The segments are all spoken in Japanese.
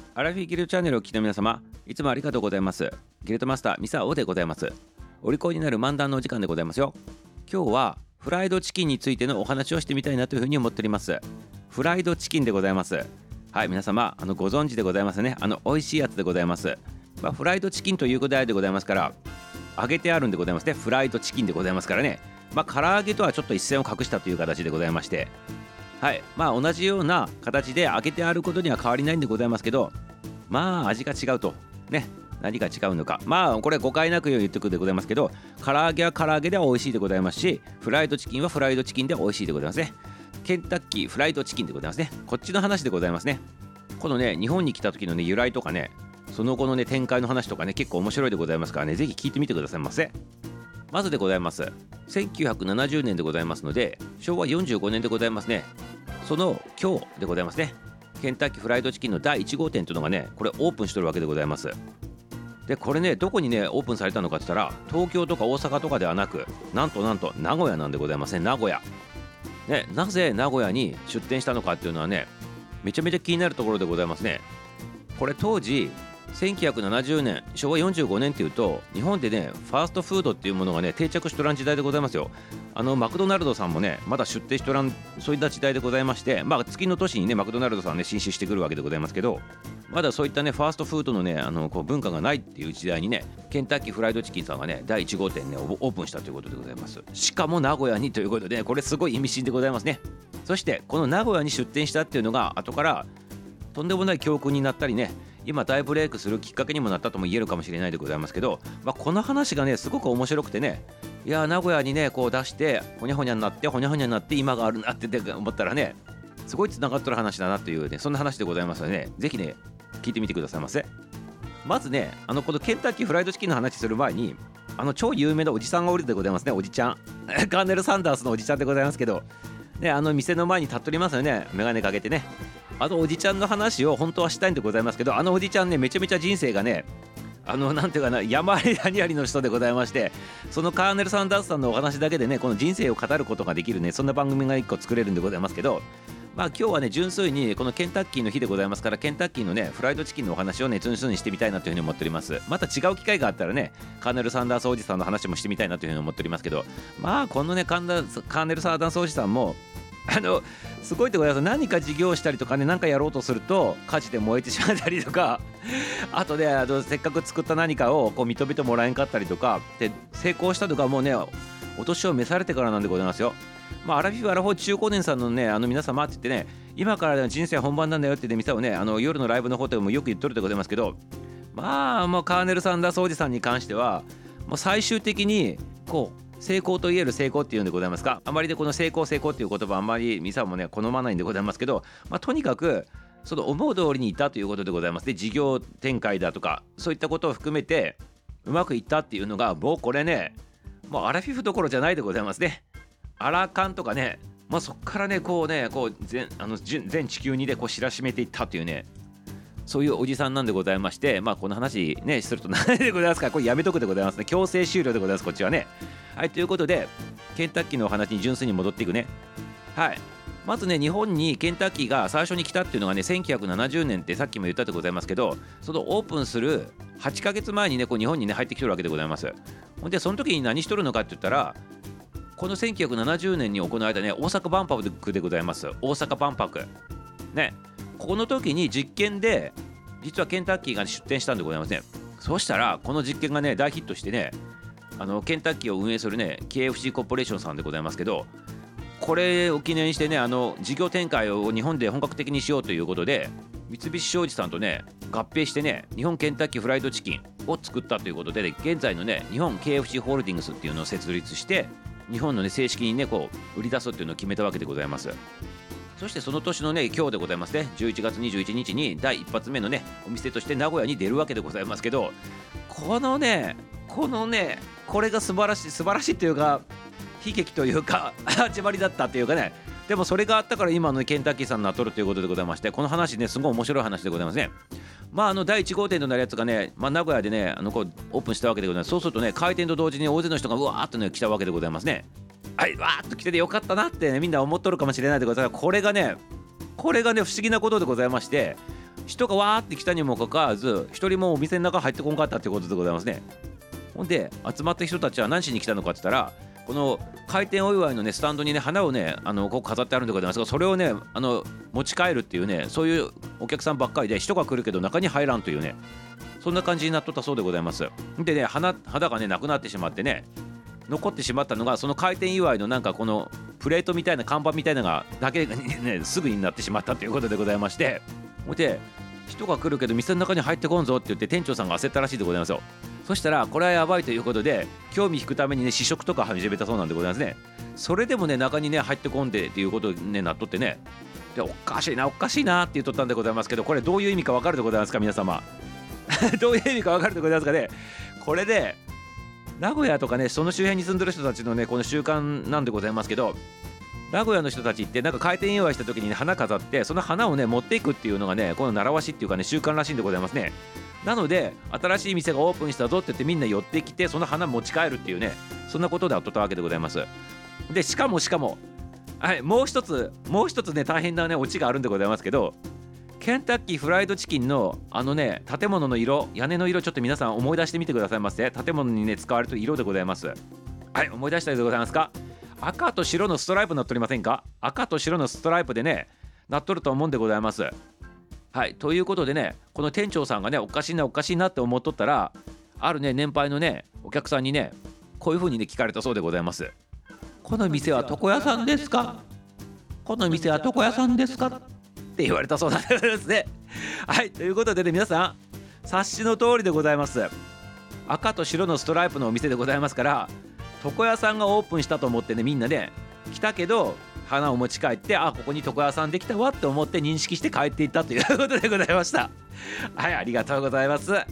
アラフィギルドチャンネルをお聞きの皆様、いつもありがとうございます。ギルドマスターミサオでございます。お利口になる漫談のお時間でございますよ。今日はフライドチキンについてのお話をしてみたいなというふうに思っております。フライドチキンでございます。はい、皆様ご存知でございますね。美味しいやつでございます。フライドチキンという答えでございますから、揚げてあるんでございますね。フライドチキンでございますからね。唐揚げとはちょっと一線を画したという形でございまして、はい、同じような形で揚げてあることには変わりないんでございますけど、味が違うとね。何が違うのか、これ誤解なく言っておくでございますけど、唐揚げは唐揚げでは美味しいでございますし、フライドチキンはフライドチキンで美味しいでございますね。ケンタッキーフライドチキンでございますね。こっちの話でございますね。このね、日本に来た時のね、由来とかね、その後のね、展開の話とかね、結構面白いでございますからね、ぜひ聞いてみてくださいませ。まずでございます、1970年でございますので、昭和45年でございますね。その今日でございますね。ケンタッキーフライドチキンの第1号店というのがね、これオープンしてるわけでございます。でこれね、どこにねオープンされたのかって言ったら、東京とか大阪とかではなく、なんと名古屋なんでございますね。名古屋ね。なぜ名古屋に出店したのかっていうのはね、めちゃめちゃ気になるところでございますね。これ当時1970年昭和45年っていうと、日本でねファーストフードっていうものがね定着しとらん時代でございますよ。マクドナルドさんもねまだ出店しとらん、そういった時代でございまして、次の年にねマクドナルドさんね進出してくるわけでございますけど、まだそういったねファーストフードのねこう文化がないっていう時代にね、ケンタッキーフライドチキンさんがね第1号店ねオープンしたということでございます。しかも名古屋にということで、これすごい意味深でございますね。そしてこの名古屋に出店したっていうのが後からとんでもない教訓になったりね、今大ブレイクするきっかけにもなったとも言えるかもしれないでございますけど、この話がねすごく面白くてね、いや名古屋にねこう出してほにゃほにゃになってほにゃほにゃになって今があるなって思ったらね、すごいつながってる話だなというね、そんな話でございますのでね、ぜひね聞いてみてくださいませ。まずねこのケンタッキーフライドチキンの話する前に、超有名なおじさんがおるでございますね。おじちゃんカーネル・サンダースのおじちゃんでございますけどね、店の前に立っておりますよね。メガネかけてね、おじちゃんの話を本当はしたいんでございますけど、おじちゃんねめちゃめちゃ人生がねなんていうかな、山あり谷ありの人でございまして、そのカーネル・サンダースさんのお話だけでねこの人生を語ることができるね、そんな番組が1個作れるんでございますけど、今日はね純粋にこのケンタッキーの日でございますから、ケンタッキーのねフライドチキンのお話をね純粋にしてみたいなというふうに思っております。また違う機会があったらねカーネル・サンダースおじさんの話もしてみたいなというふうに思っておりますけど、このねカーネル・サンダースおじさんもすごいでございます。何か事業したりとかね、何かやろうとすると火事で燃えてしまったりとか、あとでせっかく作った何かをこう認めてもらえんかったりとかで、成功したとかもうねお年を召されてからなんでございますよ。アラフィフアラフォー中高年さんのね皆様って言ってね、今から人生本番なんだよってね、店をね夜のライブの方でもよく言っとるでございますけど、もうカーネル・サンダースおじさんに関してはもう最終的にこう成功と言える成功っていうんでございますか。あまりでこの成功っていう言葉あんまりミサもね好まないんでございますけど、とにかくその思う通りにいったということでございます。で事業展開だとかそういったことを含めてうまくいったっていうのが、もうこれねもうアラフィフどころじゃないでございますね。アラカンとかね、そっからねこう全地球にでこう知らしめていったというね、そういうおじさんなんでございまして、この話ねすると何でございますか、これやめとくでございますね。強制終了でございます、こっちはね。はい、ということでケンタッキーのお話に純粋に戻っていくね。はい、まずね日本にケンタッキーが最初に来たっていうのがね1970年ってさっきも言ったでございますけど、そのオープンする8ヶ月前にねこう日本にね入ってきてるわけでございます。ほんでその時に何しとるのかって言ったら、この1970年に行われたね大阪万博でございます。大阪万博ね、この時に実験で実はケンタッキーが出店したんでございますね。そうしたらこの実験がね大ヒットしてね、ケンタッキーを運営するね KFC コーポレーションさんでございますけど、これを記念してね事業展開を日本で本格的にしようということで、三菱商事さんとね合併してね日本ケンタッキーフライドチキンを作ったということで、現在のね日本 KFC ホールディングスっていうのを設立して日本のね正式にねこう売り出すっていうのを決めたわけでございます。そしてその年のね今日でございますね、11月21日に第一発目のねお店として名古屋に出るわけでございますけど、このねこれが素晴らしいというか悲劇というか始まりだったというかね、でもそれがあったから今のケンタッキーさんになっとるということでございまして、この話ねすごい面白い話でございますね。第1号店となるやつがね、名古屋でねこうオープンしたわけでございます。そうするとね開店と同時に大勢の人がうわーっとね来たわけでございますね。はい、わーっと来ててよかったなってねみんな思っとるかもしれないでございます。これがね不思議なことでございまして、 人がわーって来たにもかかわらず一人もお店の中入ってこんかったってことでございますね。ほんで集まった人たちは何しに来たのかって言ったら、この開店お祝いのねスタンドにね花をねこう飾ってあるんでございますが、それをね持ち帰るっていうね、そういうお客さんばっかりで人が来るけど中に入らんというね、そんな感じになっとったそうでございます。でね肌がねなくなってしまってね、残ってしまったのがその開店祝いのなんかこのプレートみたいな看板みたいなのがだけねすぐになってしまったということでございまして、で人が来るけど店の中に入ってこんぞって言って店長さんが焦ったらしいでございますよ。そしたらこれはやばいということで興味引くためにね試食とか始めたそうなんでございますね。それでもね中にね入ってこんでっていうことに、ね、なっとってね、でおかしいなって言っとったんでございますけど、これどういう意味かわかるでございますか皆様どういう意味かわかるでございますかね。これで名古屋とかねその周辺に住んでる人たちのねこの習慣なんでございますけど、名古屋の人たちってなんか開店祝いした時に、ね、花飾ってその花をね持っていくっていうのがねこの習わしっていうかね習慣らしいんでございますね。なので新しい店がオープンしたぞって言ってみんな寄ってきてその花持ち帰るっていうね、そんなことであっとったわけでございます。でしかもはい、もう一つね大変なねオチがあるんでございますけど、ケンタッキーフライドチキンのね建物の色、屋根の色ちょっと皆さん思い出してみてくださいませ。建物にね使われている色でございます。はい、思い出したでございますか。赤と白のストライプになっておりませんか。赤と白のストライプでねなっとると思うんでございます。はい、ということでねこの店長さんがねおかしいなって思っとったら、あるね年配のねお客さんにねこういう風にね聞かれたそうでございます。この店は床屋さんですか、この店は床屋さんですかって言われたそうなんですね。はい、ということでね皆さん察しの通りでございます。赤と白のストライプのお店でございますから、床屋さんがオープンしたと思ってねみんなね来たけど花を持ち帰って、ここに床屋さんできたわって思って認識して帰っていったということでございました。はい、ありがとうございます。はい、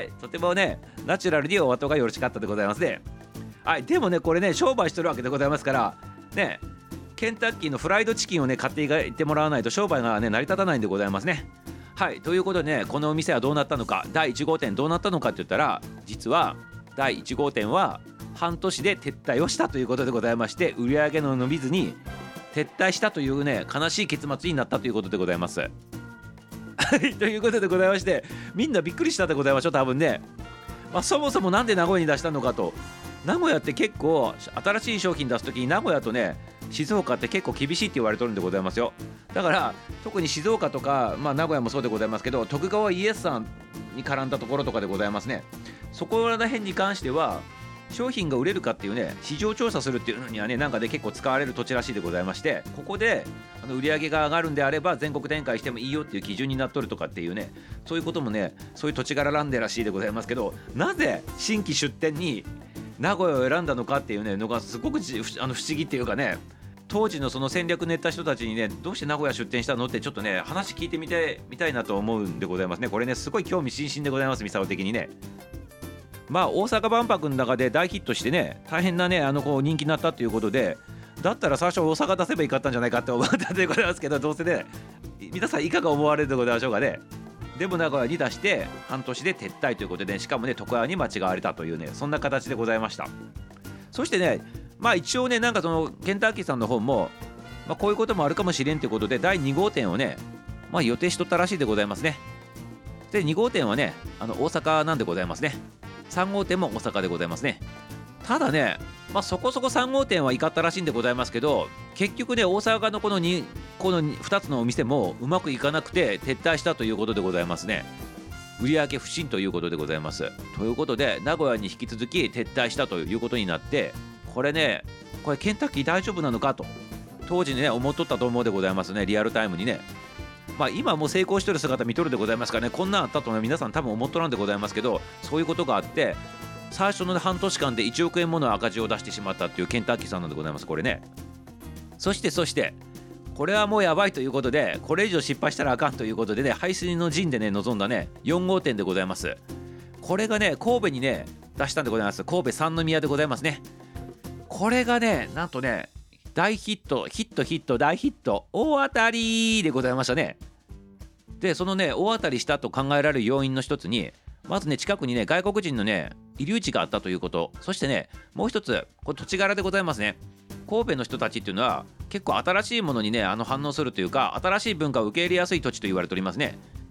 とてもねナチュラルにお後がよろしかったでございますね。はい、でもねこれね商売してるわけでございますからね、ケンタッキーのフライドチキンをね買っていってもらわないと商売がね成り立たないんでございますね。はい、ということでねこのお店はどうなったのか、第1号店どうなったのかって言ったら、実は第1号店は半年で撤退をしたということでございまして、売り上げの伸びずに撤退したというね悲しい結末になったということでございます。はいということでございまして、みんなびっくりしたでございましょう多分ね。そもそもなんで名古屋に出したのかと。名古屋って結構新しい商品出すときに名古屋とね静岡って結構厳しいって言われてるんでございますよ。だから特に静岡とか、名古屋もそうでございますけど、徳川家康さんに絡んだところとかでございますね。そこら辺に関しては商品が売れるかっていうね市場調査するっていうのにはねなんかで結構使われる土地らしいでございまして、ここで売り上げが上がるんであれば全国展開してもいいよっていう基準になっとるとかっていうね、そういうこともねそういう土地柄なんでらしいでございますけど、なぜ新規出店に名古屋を選んだのかっていうねのがすごく不思議っていうかね、当時のその戦略練った人たちにねどうして名古屋出店したのってちょっとね話聞いてみたいなと思うんでございますね。これねすごい興味津々でございます、ミサオ的にね。大阪万博の中で大ヒットしてね大変なねこう人気になったということで、だったら最初大阪出せばいいかったんじゃないかって思ったでございますけど、どうせね皆さんいかが思われるでございましょうかね。でも名古屋に出して半年で撤退ということで、しかもね床屋に間違われたというねそんな形でございました。そしてね一応ねなんかそのケンタッキーさんの方も、こういうこともあるかもしれんということで第2号店をね予定しとったらしいでございますね。で2号店はね大阪なんでございますね。3号店も大阪でございますね。ただねそこそこ3号店は怒ったらしいんでございますけど、結局ね大阪のこの2つのお店もうまくいかなくて撤退したということでございますね。売上不振ということでございます。ということで名古屋に引き続き撤退したということになって、これケンタッキー大丈夫なのかと当時ね思っとったと思うでございますね、リアルタイムにね。今もう成功してる姿見とるでございますからね、こんなんあったとね皆さん多分思っとらんでございますけど、そういうことがあって最初の、半年間で1億円もの赤字を出してしまったっていうケンタッキーさんなんでございます、これね。そしてこれはもうやばいということで、これ以上失敗したらあかんということでね背水の陣でね臨んだね4号店でございます。これがね神戸にね出したんでございます。神戸三宮でございますね。これがねなんとね大ヒット大ヒット大当たりでございましたね。でそのね大当たりしたと考えられる要因の一つに、まずね近くにね外国人のね遺留地があったということ、そしてねもう一つこれ土地柄でございますね。神戸の人たちっていうのは結構新しいものにね反応するというか、新しい文化を受け入れやすい土地と言われておりますね。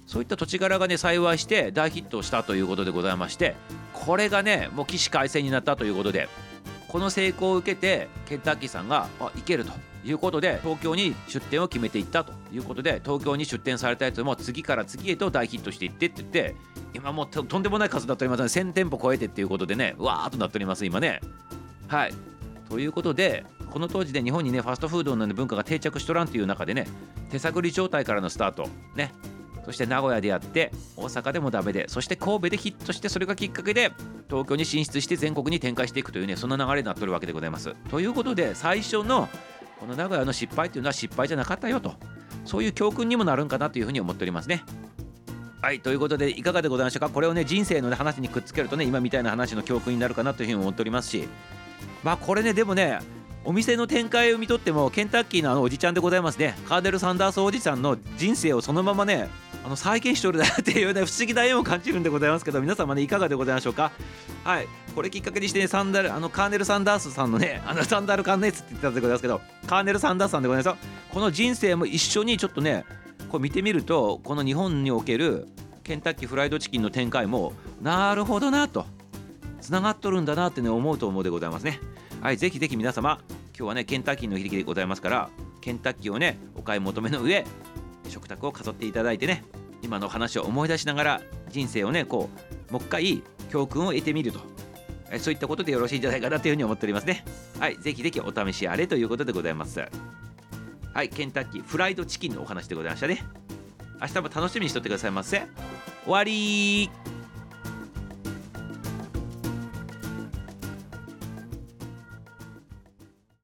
そういった土地柄がね幸いして大ヒットしたということでございまして、これがねもう起死回生になったということで、この成功を受けてケンタッキーさんがいけるということで東京に出店を決めていったということで、東京に出店されたやつも次から次へと大ヒットしていってって言って、今もう とんでもない数になっておりますので、1000店舗超えてっていうことでね、わーっとなっております今ね。はい、ということで、この当時で日本にねファストフードの文化が定着しとらんという中でね、手探り状態からのスタートね、そして名古屋でやって大阪でもダメで、そして神戸でヒットして、それがきっかけで東京に進出して全国に展開していくというね、そんな流れになってるわけでございます。ということで、最初のこの名古屋の失敗というのは失敗じゃなかったよと、そういう教訓にもなるんかなというふうに思っておりますね。はい、ということでいかがでございましたか。これをね人生の、ね、話にくっつけるとね、今みたいな話の教訓になるかなというふうに思っておりますし、これねでもね、お店の展開を見とってもケンタッキーのおじちゃんでございますね、カーネル・サンダースおじちゃんの人生をそのままね再現しとるなっていうね不思議な縁を感じるんでございますけど、皆様ねいかがでございましょうか。はい、これきっかけにしてね、カーネル・サンダースさんのねサンダルカンネーツって言ってたんでございますけど、カーネル・サンダースさんでございますよ。この人生も一緒にちょっとねこう見てみると、この日本におけるケンタッキーフライドチキンの展開もなるほどなとつながっとるんだなってね思うと思うでございますね。はい、ぜひぜひ皆様、今日はねケンタッキーの日でございますから、ケンタッキーをねお買い求めの上、食卓を飾っていただいてね、今の話を思い出しながら人生をねこうもう一回教訓を得てみると、そういったことでよろしいんじゃないかなというふうに思っておりますね。はい、ぜひぜひお試しあれということでございます。はい、ケンタッキーフライドチキンのお話でございましたね。明日も楽しみにしとってくださいませ。終わりー。